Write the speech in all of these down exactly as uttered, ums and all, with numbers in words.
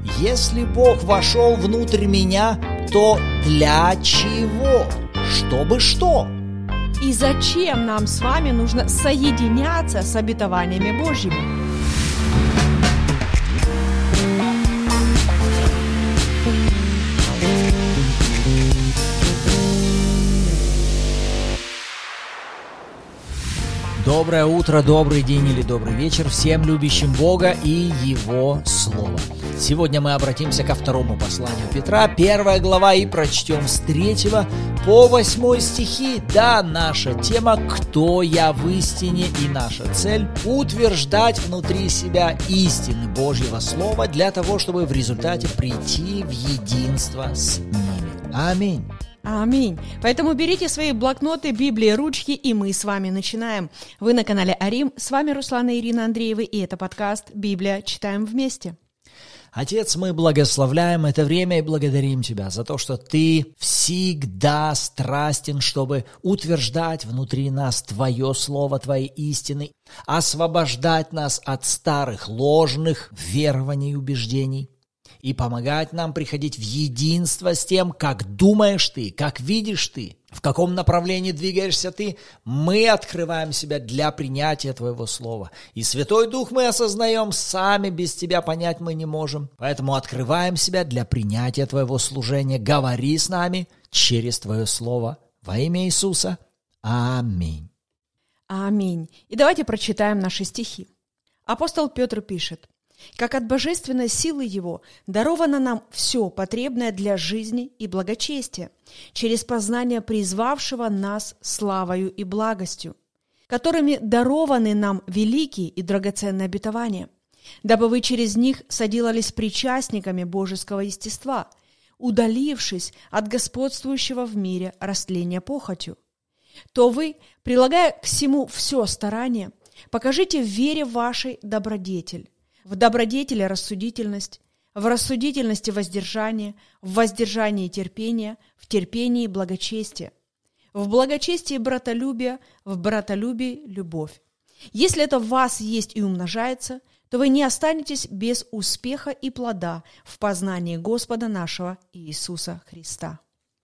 Если Бог вошел внутрь меня, то для чего? Чтобы что? И зачем нам с вами нужно соединяться с обетованиями Божьими? Доброе утро, добрый день или добрый вечер всем любящим Бога и Его Слово. Сегодня мы обратимся ко второму посланию Петра, первая глава, и прочтем с третьего по восьмой стихи. Да, наша тема «Кто я в истине?» и наша цель – утверждать внутри себя истины Божьего Слова для того, чтобы в результате прийти в единство с ними. Аминь. Аминь. Поэтому берите свои блокноты, Библии, ручки, и мы с вами начинаем. Вы на канале Арим, с вами Руслана и Ирина Андреевы, и это подкаст «Библия. Читаем вместе». Отец, мы благословляем это время и благодарим Тебя за то, что Ты всегда страстен, чтобы утверждать внутри нас Твое Слово, Твои истины, освобождать нас от старых ложных верований и убеждений, и помогать нам приходить в единство с тем, как думаешь ты, как видишь ты, в каком направлении двигаешься ты. Мы открываем себя для принятия Твоего Слова. И Святой Дух мы осознаем, сами без Тебя понять мы не можем. Поэтому открываем себя для принятия Твоего служения. Говори с нами через Твое Слово. Во имя Иисуса. Аминь. Аминь. И давайте прочитаем наши стихи. Апостол Петр пишет: «Как от божественной силы Его даровано нам все потребное для жизни и благочестия, через познание призвавшего нас славою и благостью, которыми дарованы нам великие и драгоценные обетования, дабы вы через них соделались причастниками божеского естества, удалившись от господствующего в мире растления похотью. То вы, прилагая к всему все старание, покажите в вере вашей добродетель, в добродетели рассудительность, в рассудительности воздержание, в воздержании терпение, в терпении благочестие, в благочестии братолюбие, в братолюбии любовь. Если это в вас есть и умножается, то вы не останетесь без успеха и плода в познании Господа нашего Иисуса Христа».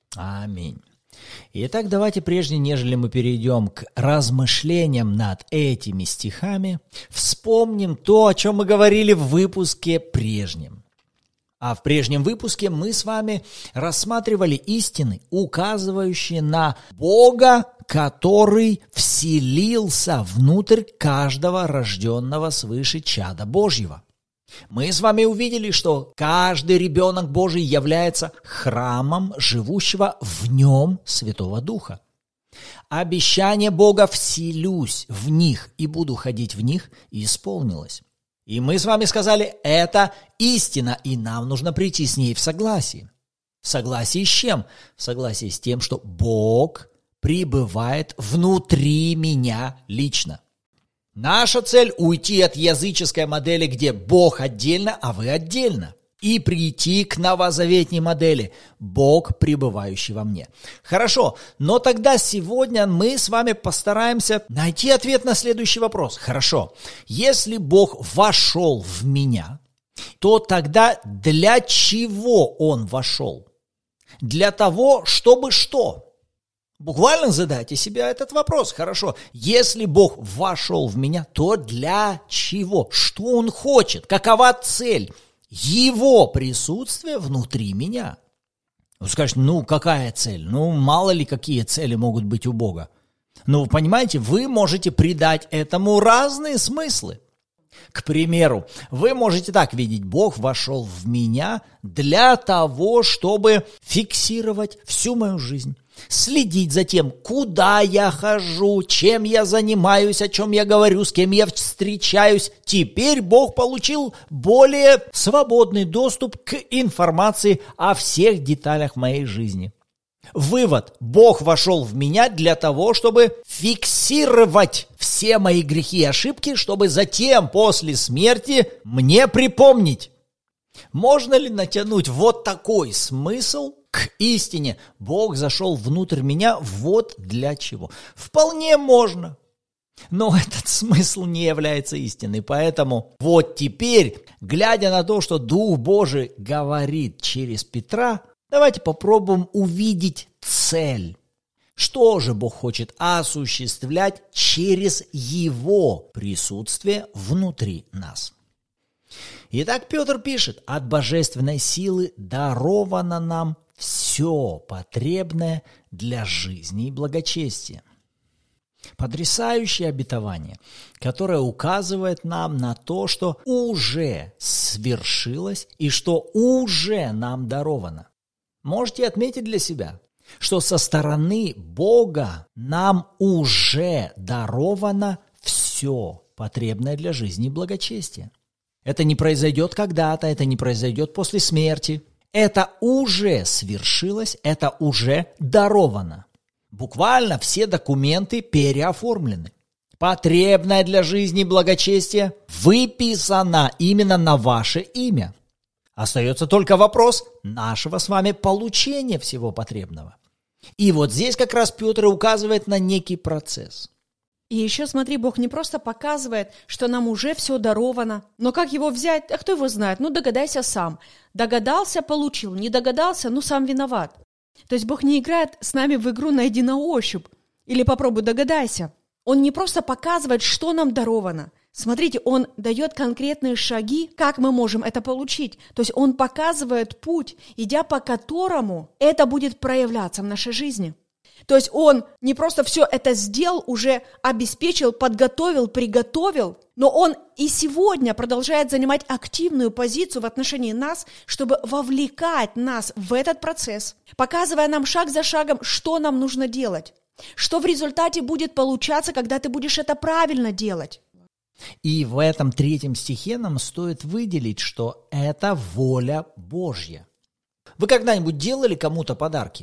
Аминь. Итак, давайте, прежде нежели мы перейдем к размышлениям над этими стихами, вспомним то, о чем мы говорили в выпуске прежнем. А в прежнем выпуске мы с вами рассматривали истины, указывающие на Бога, который вселился внутрь каждого рожденного свыше чада Божьего. Мы с вами увидели, что каждый ребенок Божий является храмом живущего в нем Святого Духа. Обещание Бога «вселюсь в них и буду ходить в них» исполнилось. И мы с вами сказали, это истина, и нам нужно прийти с ней в согласие. В согласии с чем? В согласии с тем, что Бог пребывает внутри меня лично. Наша цель – уйти от языческой модели, где Бог отдельно, а вы отдельно, и прийти к новозаветней модели – Бог, пребывающий во мне. Хорошо, но тогда сегодня мы с вами постараемся найти ответ на следующий вопрос. Хорошо, если Бог вошел в меня, то тогда для чего Он вошел? Для того, чтобы что? Буквально задайте себе этот вопрос. Хорошо, если Бог вошел в меня, то для чего? Что Он хочет? Какова цель Его присутствия внутри меня? Вы скажете, ну какая цель? Ну мало ли какие цели могут быть у Бога. Ну понимаете, вы можете придать этому разные смыслы. К примеру, вы можете так видеть: Бог вошел в меня для того, чтобы фиксировать всю мою жизнь, следить за тем, куда я хожу, чем я занимаюсь, о чем я говорю, с кем я встречаюсь. Теперь Бог получил более свободный доступ к информации о всех деталях моей жизни. Вывод: Бог вошел в меня для того, чтобы фиксировать все мои грехи и ошибки, чтобы затем, после смерти, мне припомнить. Можно ли натянуть вот такой смысл к истине? Бог зашел внутрь меня вот для чего. Вполне можно. Но этот смысл не является истиной. Поэтому вот теперь, глядя на то, что Дух Божий говорит через Петра, давайте попробуем увидеть цель. Что же Бог хочет осуществлять через Его присутствие внутри нас? Итак, Петр пишет: «От божественной силы даровано нам все потребное для жизни и благочестия». Потрясающее обетование, которое указывает нам на то, что уже свершилось и что уже нам даровано. Можете отметить для себя, что со стороны Бога нам уже даровано все потребное для жизни и благочестия. Это не произойдет когда-то, это не произойдет после смерти. Это уже свершилось, это уже даровано. Буквально все документы переоформлены. Потребное для жизни и благочестия выписано именно на ваше имя. Остается только вопрос нашего с вами получения всего потребного. И вот здесь как раз Петр указывает на некий процесс. И еще смотри, Бог не просто показывает, что нам уже все даровано, но как его взять, а кто его знает? Ну, догадайся сам. Догадался – получил, не догадался – ну, сам виноват. То есть Бог не играет с нами в игру «найди на ощупь» или «попробуй догадайся». Он не просто показывает, что нам даровано. Смотрите, Он дает конкретные шаги, как мы можем это получить. То есть Он показывает путь, идя по которому это будет проявляться в нашей жизни. То есть Он не просто все это сделал, уже обеспечил, подготовил, приготовил, но Он и сегодня продолжает занимать активную позицию в отношении нас, чтобы вовлекать нас в этот процесс, показывая нам шаг за шагом, что нам нужно делать, что в результате будет получаться, когда ты будешь это правильно делать. И в этом третьем стихе нам стоит выделить, что это воля Божья. Вы когда-нибудь делали кому-то подарки?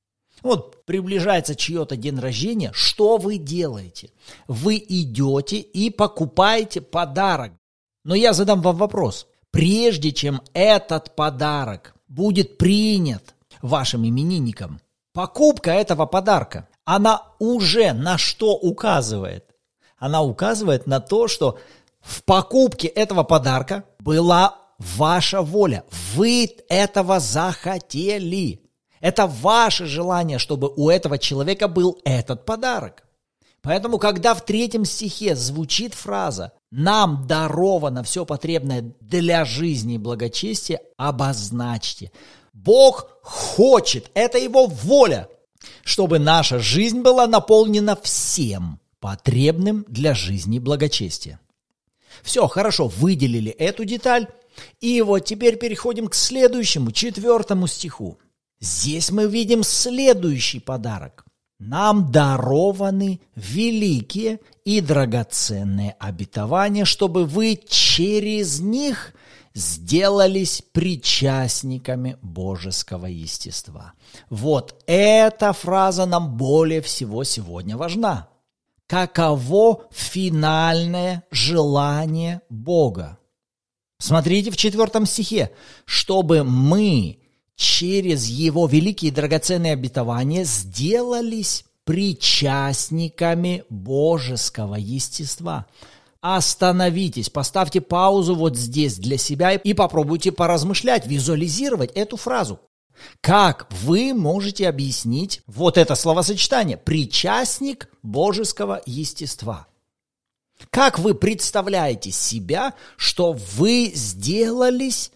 Вот приближается чье-то день рождения, что вы делаете? Вы идете и покупаете подарок. Но я задам вам вопрос. Прежде чем этот подарок будет принят вашим именинником, покупка этого подарка, она уже на что указывает? Она указывает на то, что в покупке этого подарка была ваша воля. Вы этого захотели. Это ваше желание, чтобы у этого человека был этот подарок. Поэтому, когда в третьем стихе звучит фраза «нам даровано все потребное для жизни и благочестия», обозначьте. Бог хочет, это Его воля, чтобы наша жизнь была наполнена всем потребным для жизни и благочестия. Все, хорошо, выделили эту деталь. И вот теперь переходим к следующему, четвертому стиху. Здесь мы видим следующий подарок. Нам дарованы великие и драгоценные обетования, чтобы вы через них сделались причастниками божеского естества. Вот эта фраза нам более всего сегодня важна. Каково финальное желание Бога? Смотрите в четвертом стихе. Чтобы мы через Его великие и драгоценные обетования сделались причастниками божеского естества. Остановитесь, поставьте паузу вот здесь для себя и попробуйте поразмышлять, визуализировать эту фразу. Как вы можете объяснить вот это словосочетание «причастник божеского естества»? Как вы представляете себя, что вы сделались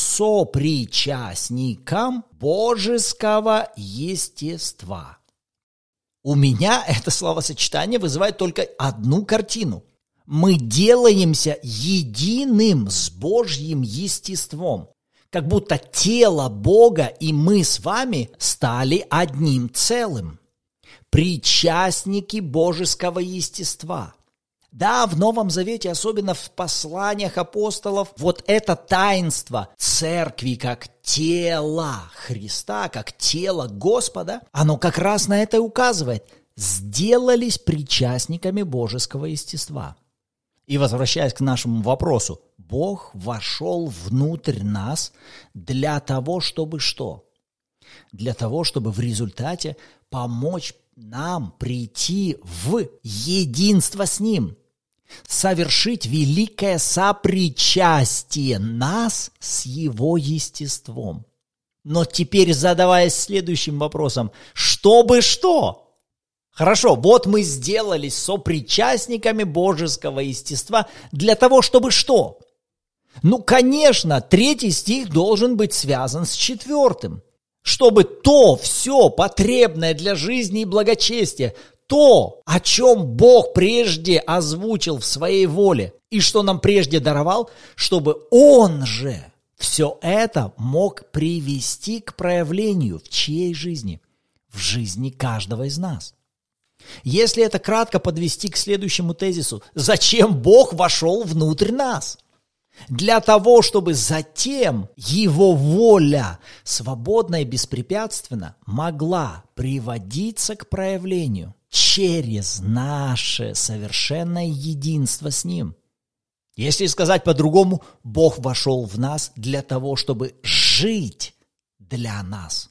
сопричастником божеского естества? У меня это словосочетание вызывает только одну картину. Мы делаемся единым с Божьим естеством. Как будто тело Бога и мы с вами стали одним целым. Причастники божеского естества. Да, в Новом Завете, особенно в посланиях апостолов, вот это таинство церкви как тела Христа, как тело Господа, оно как раз на это и указывает. Сделались причастниками божеского естества. И возвращаясь к нашему вопросу, Бог вошел внутрь нас для того, чтобы что? Для того, чтобы в результате помочь нам прийти в единство с Ним, совершить великое сопричастие нас с Его естеством. Но теперь задаваясь следующим вопросом, чтобы что? Хорошо, вот мы сделались сопричастниками божеского естества для того, чтобы что? Ну, конечно, третий стих должен быть связан с четвертым. Чтобы то все потребное для жизни и благочестия, то, о чем Бог прежде озвучил в своей воле и что нам прежде даровал, чтобы Он же все это мог привести к проявлению в чьей жизни? В жизни каждого из нас. Если это кратко подвести к следующему тезису, зачем Бог вошел внутрь нас? Для того, чтобы затем Его воля свободно и беспрепятственно могла приводиться к проявлению через наше совершенное единство с Ним. Если сказать по-другому, Бог вошел в нас для того, чтобы жить для нас,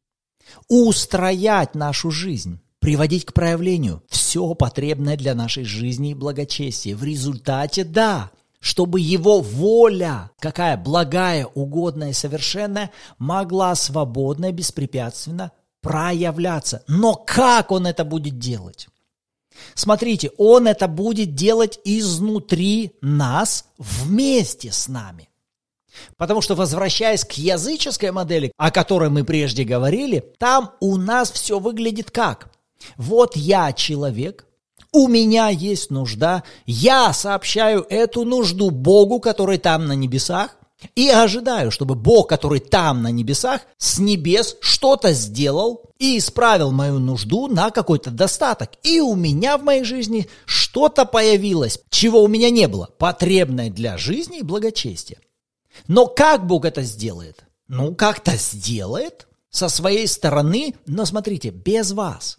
устроять нашу жизнь, приводить к проявлению все потребное для нашей жизни и благочестия. В результате, да, чтобы Его воля, какая благая, угодная и совершенная, могла свободно и беспрепятственно проявляться. Но как Он это будет делать? Смотрите, Он это будет делать изнутри нас, вместе с нами. Потому что, возвращаясь к языческой модели, о которой мы прежде говорили, там у нас все выглядит как? Вот я человек, у меня есть нужда, я сообщаю эту нужду Богу, который там на небесах, и ожидаю, чтобы Бог, который там на небесах, с небес что-то сделал и исправил мою нужду на какой-то достаток. И у меня в моей жизни что-то появилось, чего у меня не было, потребное для жизни и благочестия. Но как Бог это сделает? Ну, как-то сделает со своей стороны, но смотрите, без вас.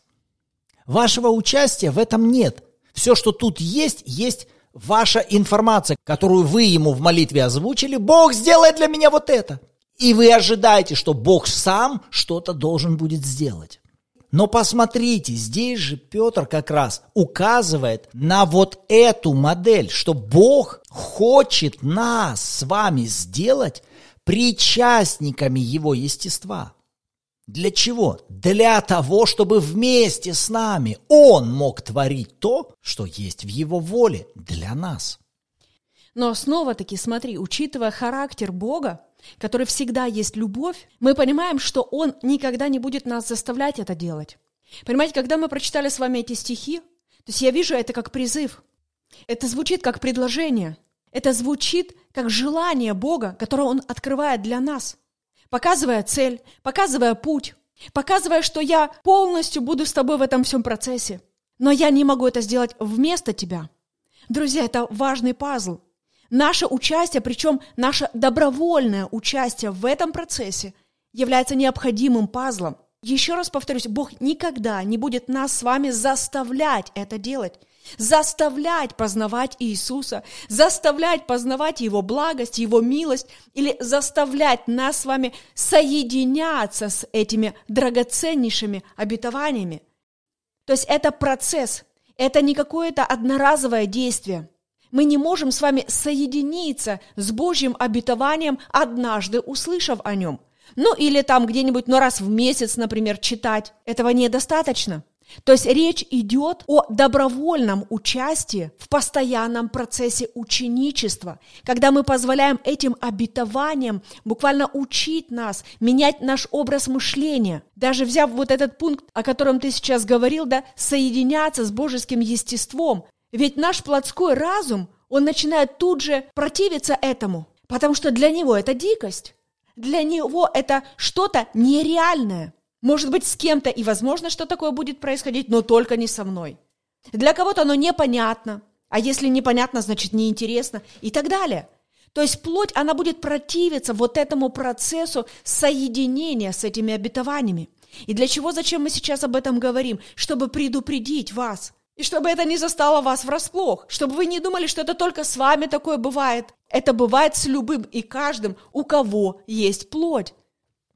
Вашего участия в этом нет. Все, что тут есть, есть ваша информация, которую вы Ему в молитве озвучили. Бог сделает для меня вот это. И вы ожидаете, что Бог сам что-то должен будет сделать. Но посмотрите, здесь же Петр как раз указывает на вот эту модель, что Бог хочет нас с вами сделать причастниками Его естества. Для чего? Для того, чтобы вместе с нами Он мог творить то, что есть в Его воле для нас. Но снова-таки, смотри, учитывая характер Бога, который всегда есть любовь, мы понимаем, что Он никогда не будет нас заставлять это делать. Понимаете, когда мы прочитали с вами эти стихи, то есть я вижу это как призыв. Это звучит как предложение. Это звучит как желание Бога, которое Он открывает для нас. Показывая цель, показывая путь, показывая, что я полностью буду с тобой в этом всем процессе. Но я не могу это сделать вместо тебя. Друзья, это важный пазл. Наше участие, причем наше добровольное участие в этом процессе, является необходимым пазлом. Еще раз повторюсь, Бог никогда не будет нас с вами заставлять это делать. Заставлять познавать Иисуса, заставлять познавать Его благость, Его милость, или заставлять нас с вами соединяться с этими драгоценнейшими обетованиями. То есть это процесс, это не какое-то одноразовое действие. Мы не можем с вами соединиться с Божьим обетованием, однажды услышав о нем. Ну или там где-нибудь, ну раз в месяц, например, читать. Этого недостаточно. То есть речь идет о добровольном участии в постоянном процессе ученичества, когда мы позволяем этим обетованиям буквально учить нас, менять наш образ мышления. Даже взяв вот этот пункт, о котором ты сейчас говорил, да, соединяться с божеским естеством. Ведь наш плотской разум, он начинает тут же противиться этому, потому что для него это дикость, для него это что-то нереальное. Может быть, с кем-то и возможно, что такое будет происходить, но только не со мной. Для кого-то оно непонятно, а если непонятно, значит неинтересно и так далее. То есть плоть, она будет противиться вот этому процессу соединения с этими обетованиями. И для чего, зачем мы сейчас об этом говорим? Чтобы предупредить вас. И чтобы это не застало вас врасплох. Чтобы вы не думали, что это только с вами такое бывает. Это бывает с любым и каждым, у кого есть плоть.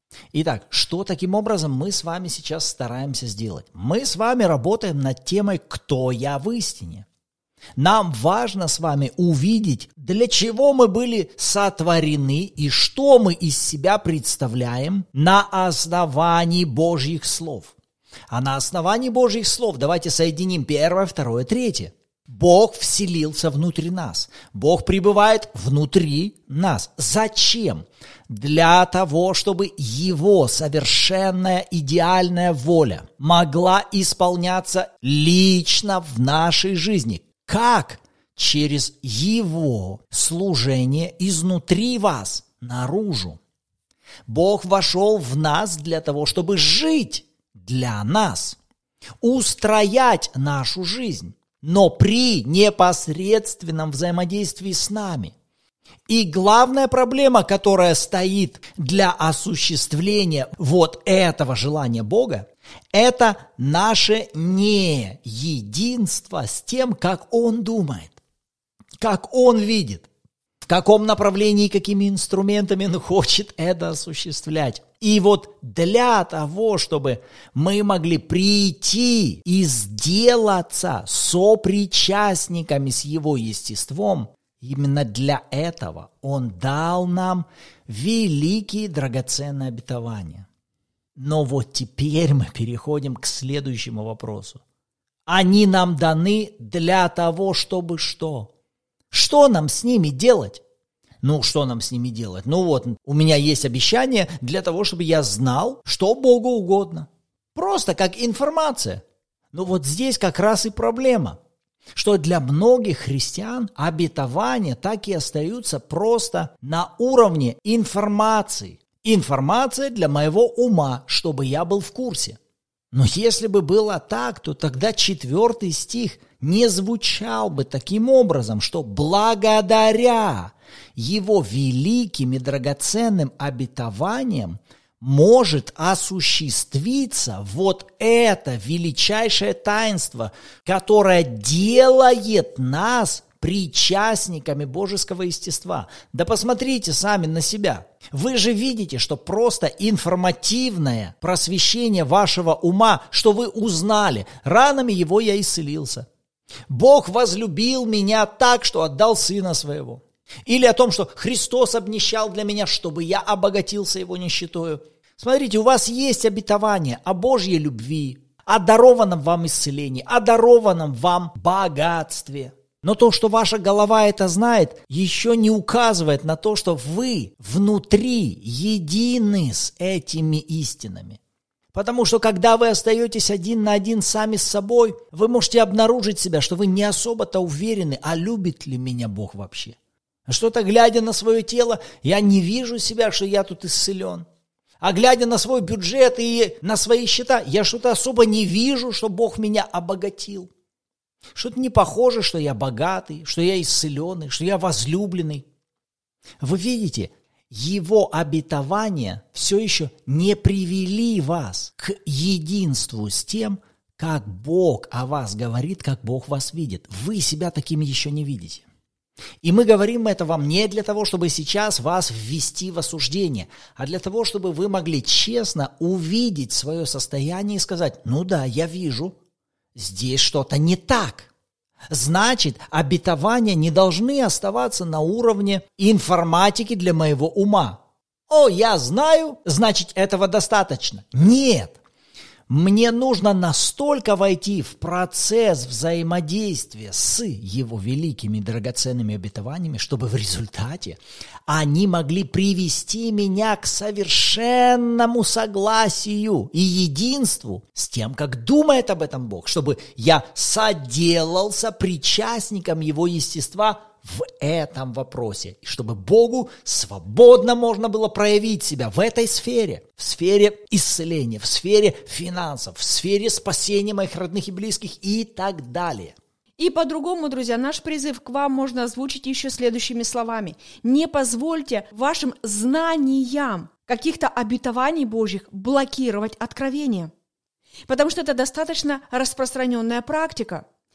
Итак, что таким образом мы с вами сейчас стараемся сделать? Мы с вами работаем над темой «Кто я в истине?». Нам важно с вами увидеть, для чего мы были сотворены и что мы из себя представляем на основании Божьих слов. А на основании Божьих слов давайте соединим первое, второе, третье. Бог вселился внутри нас. Бог пребывает внутри нас. Зачем? Для того, чтобы Его совершенная идеальная воля могла исполняться лично в нашей жизни. Как? Через Его служение изнутри вас, наружу. Бог вошел в нас для того, чтобы жить для нас, устроять нашу жизнь, но при непосредственном взаимодействии с нами. И главная проблема, которая стоит для осуществления вот этого желания Бога, это наше неединство с тем, как Он думает, как Он видит, в каком направлении и какими инструментами Он хочет это осуществлять. И вот для того, чтобы мы могли прийти и сделаться сопричастниками с Его естеством, именно для этого Он дал нам великие драгоценные обетования. Но вот теперь мы переходим к следующему вопросу. Они нам даны для того, чтобы что? Что нам с ними делать? Ну, что нам с ними делать? Ну вот, у меня есть обещание для того, чтобы я знал, что Богу угодно. Просто как информация. Ну вот здесь как раз и проблема, что для многих христиан обетования так и остаются просто на уровне информации. Информация для моего ума, чтобы я был в курсе. Но если бы было так, то тогда четвертый стих не звучал бы таким образом, что благодаря Его великим и драгоценным обетованиям может осуществиться вот это величайшее таинство, которое делает нас причастниками божеского естества. Да посмотрите сами на себя. Вы же видите, что просто информативное просвещение вашего ума, что вы узнали, ранами Его я исцелился. Бог возлюбил меня так, что отдал Сына Своего. Или о том, что Христос обнищал для меня, чтобы я обогатился Его нищетою. Смотрите, у вас есть обетование о Божьей любви, о дарованном вам исцелении, о дарованном вам богатстве. Но то, что ваша голова это знает, еще не указывает на то, что вы внутри едины с этими истинами. Потому что когда вы остаетесь один на один сами с собой, вы можете обнаружить себя, что вы не особо-то уверены, а любит ли меня Бог вообще. Что-то глядя на свое тело, я не вижу себя, что я тут исцелен. А глядя на свой бюджет и на свои счета, я что-то особо не вижу, что Бог меня обогатил. Что-то не похоже, что я богатый, что я исцеленный, что я возлюбленный. Вы видите, Его обетования все еще не привели вас к единству с тем, как Бог о вас говорит, как Бог вас видит. Вы себя таким еще не видите. И мы говорим это вам не для того, чтобы сейчас вас ввести в осуждение, а для того, чтобы вы могли честно увидеть свое состояние и сказать: ну да, я вижу, здесь что-то не так. Значит, обетования не должны оставаться на уровне информатики для моего ума. О, я знаю, значит, этого достаточно. Нет. Мне нужно настолько войти в процесс взаимодействия с Его великими драгоценными обетованиями, чтобы в результате они могли привести меня к совершенному согласию и единству с тем, как думает об этом Бог, чтобы я соделался причастником Его естества в этом вопросе, и чтобы Богу свободно можно было проявить себя в этой сфере, в сфере исцеления, в сфере финансов, в сфере спасения моих родных и близких и так далее. И по-другому, друзья, наш призыв к вам можно озвучить еще следующими словами. Не позвольте вашим знаниям каких-то обетований Божьих блокировать откровение, потому что это достаточно распространенная практика.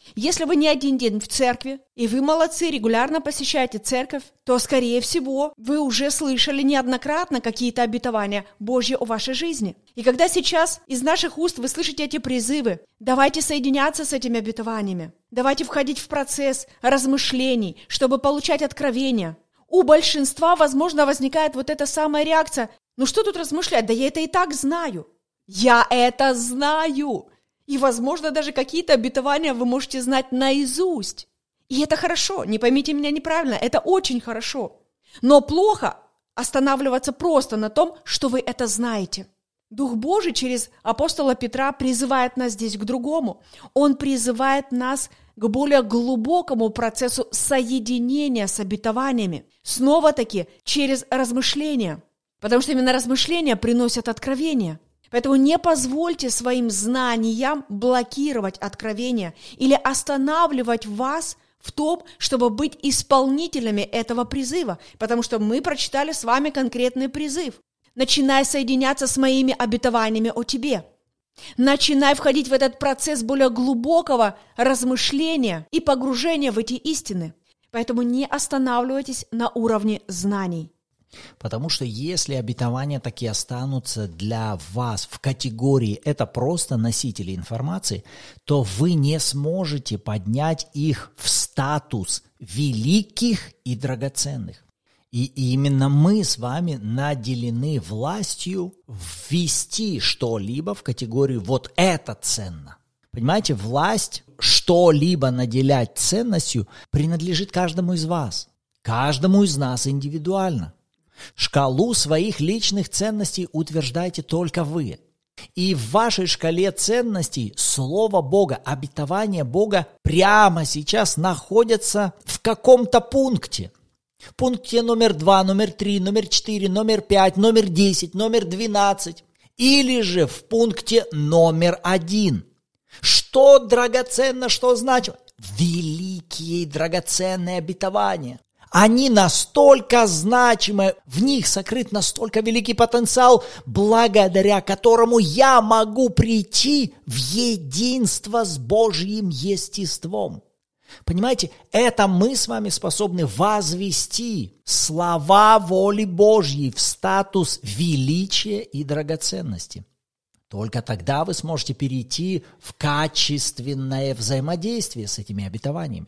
Если вы не один день в церкви, и вы молодцы, регулярно посещаете церковь, то, скорее всего, вы уже слышали неоднократно какие-то обетования Божьи о вашей жизни. И когда сейчас из наших уст вы слышите эти призывы, давайте соединяться с этими обетованиями. Давайте входить в процесс размышлений, чтобы получать откровения. У большинства, возможно, возникает вот эта самая реакция. Ну что тут размышлять? Да я это и так знаю. Я это знаю. И, возможно, даже какие-то обетования вы можете знать наизусть. И это хорошо, не поймите меня неправильно, это очень хорошо. Но плохо останавливаться просто на том, что вы это знаете. Дух Божий через апостола Петра призывает нас здесь к другому. Он призывает нас к более глубокому процессу соединения с обетованиями. Снова-таки через размышления. Потому что именно размышления приносят откровение. Поэтому не позвольте своим знаниям блокировать откровение или останавливать вас в том, чтобы быть исполнителями этого призыва. Потому что мы прочитали с вами конкретный призыв. Начинай соединяться с моими обетованиями о тебе. Начинай входить в этот процесс более глубокого размышления и погружения в эти истины. Поэтому не останавливайтесь на уровне знаний. Потому что если обетования таки останутся для вас в категории «это просто носители информации», то вы не сможете поднять их в статус великих и драгоценных. И именно мы с вами наделены властью ввести что-либо в категорию «вот это ценно». Понимаете, власть что-либо наделять ценностью принадлежит каждому из вас, каждому из нас индивидуально. Шкалу своих личных ценностей утверждаете только вы. И в вашей шкале ценностей Слово Бога, обетование Бога прямо сейчас находятся в каком-то пункте. В пункте номер два, номер три, номер четыре, номер пять, номер десять, номер двенадцать. Или же в пункте номер один. Что драгоценно, что значимо? Великие и драгоценные обетования. Они настолько значимы, в них сокрыт настолько великий потенциал, благодаря которому я могу прийти в единство с Божьим естеством. Понимаете, это мы с вами способны возвести слова воли Божьей в статус величия и драгоценности. Только тогда вы сможете перейти в качественное взаимодействие с этими обетованиями.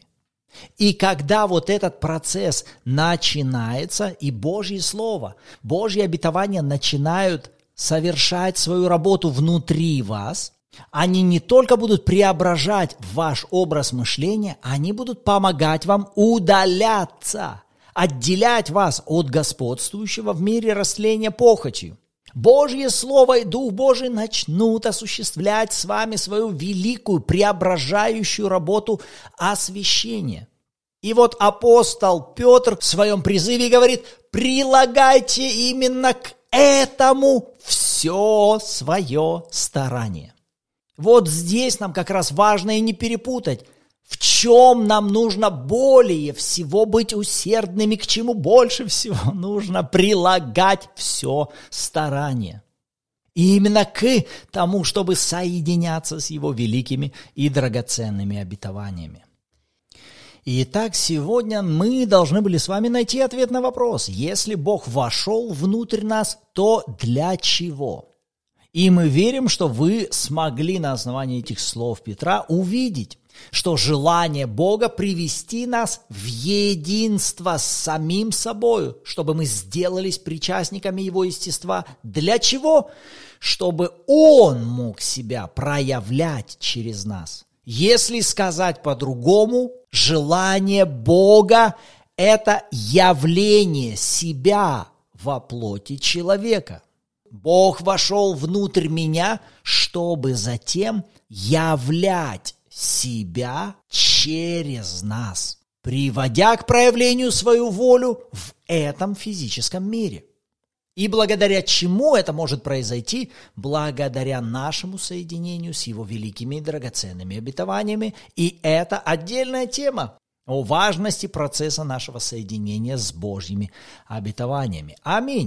И когда вот этот процесс начинается, и Божье Слово, Божьи обетования начинают совершать свою работу внутри вас, они не только будут преображать ваш образ мышления, они будут помогать вам удаляться, отделять вас от господствующего в мире растления похотью. Божье Слово и Дух Божий начнут осуществлять с вами свою великую преображающую работу освящения. И вот апостол Петр в своем призыве говорит: прилагайте именно к этому все свое старание. Вот здесь нам как раз важно и не перепутать, в чем нам нужно более всего быть усердными, к чему больше всего нужно прилагать все старание. И именно к тому, чтобы соединяться с Его великими и драгоценными обетованиями. Итак, сегодня мы должны были с вами найти ответ на вопрос: если Бог вошел внутрь нас, то для чего? И мы верим, что вы смогли на основании этих слов Петра увидеть, что желание Бога привести нас в единство с самим собою, чтобы мы сделались причастниками Его естества. Для чего? Чтобы Он мог себя проявлять через нас. Если сказать по-другому, желание Бога – это явление себя во плоти человека. Бог вошел внутрь меня, чтобы затем являть себя через нас, приводя к проявлению свою волю в этом физическом мире. И благодаря чему это может произойти? Благодаря нашему соединению с Его великими и драгоценными обетованиями. И это отдельная тема о важности процесса нашего соединения с Божьими обетованиями. Аминь.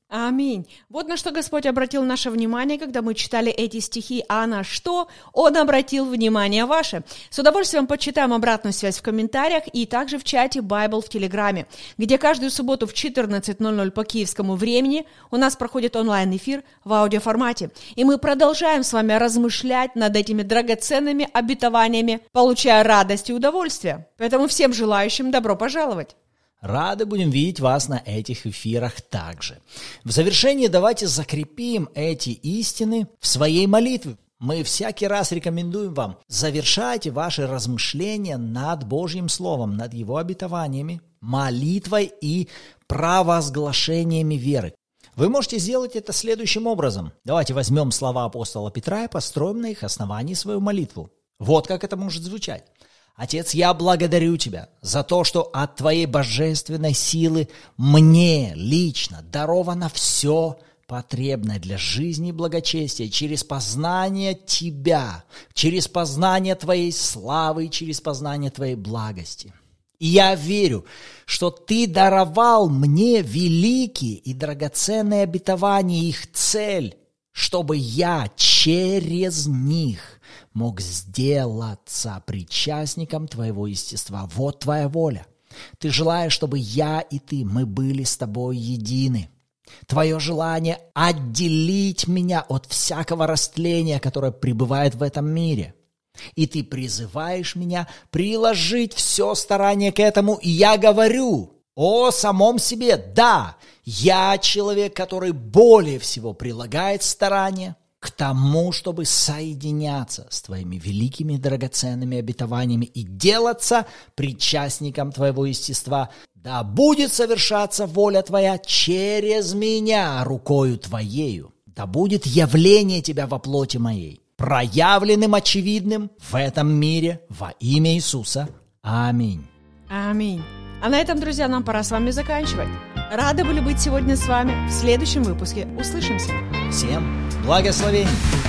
Аминь. Вот на что Господь обратил наше внимание, когда мы читали эти стихи, а на что Он обратил внимание ваше. С удовольствием почитаем обратную связь в комментариях и также в чате Bible в Телеграме, где каждую субботу в четырнадцать ноль ноль по киевскому времени у нас проходит онлайн-эфир в аудиоформате. И мы продолжаем с вами размышлять над этими драгоценными обетованиями, получая радость и удовольствие. Поэтому всем желающим добро пожаловать. Рады будем видеть вас на этих эфирах также. В завершение давайте закрепим эти истины в своей молитве. Мы всякий раз рекомендуем вам, завершайте ваши размышления над Божьим Словом, над Его обетованиями, молитвой и провозглашениями веры. Вы можете сделать это следующим образом. Давайте возьмем слова апостола Петра и построим на их основании свою молитву. Вот как это может звучать. Отец, я благодарю Тебя за то, что от Твоей божественной силы мне лично даровано все потребное для жизни и благочестия через познание Тебя, через познание Твоей славы и через познание Твоей благости. И я верю, что Ты даровал мне великие и драгоценные обетования, их цель, чтобы я через них мог сделаться причастником Твоего естества. Вот Твоя воля. Ты желаешь, чтобы я и Ты, мы были с Тобой едины. Твое желание отделить меня от всякого растления, которое пребывает в этом мире. И Ты призываешь меня приложить все старание к этому, и я говорю о самом себе: да, я человек, который более всего прилагает старания к тому, чтобы соединяться с Твоими великими драгоценными обетованиями и делаться причастником Твоего естества. Да будет совершаться воля Твоя через меня рукою Твоею. Да будет явление Тебя во плоти моей, проявленным, очевидным в этом мире во имя Иисуса. Аминь. Аминь. А на этом, друзья, нам пора с вами заканчивать. Рады были быть сегодня с вами. В следующем выпуске услышимся. Всем благословений.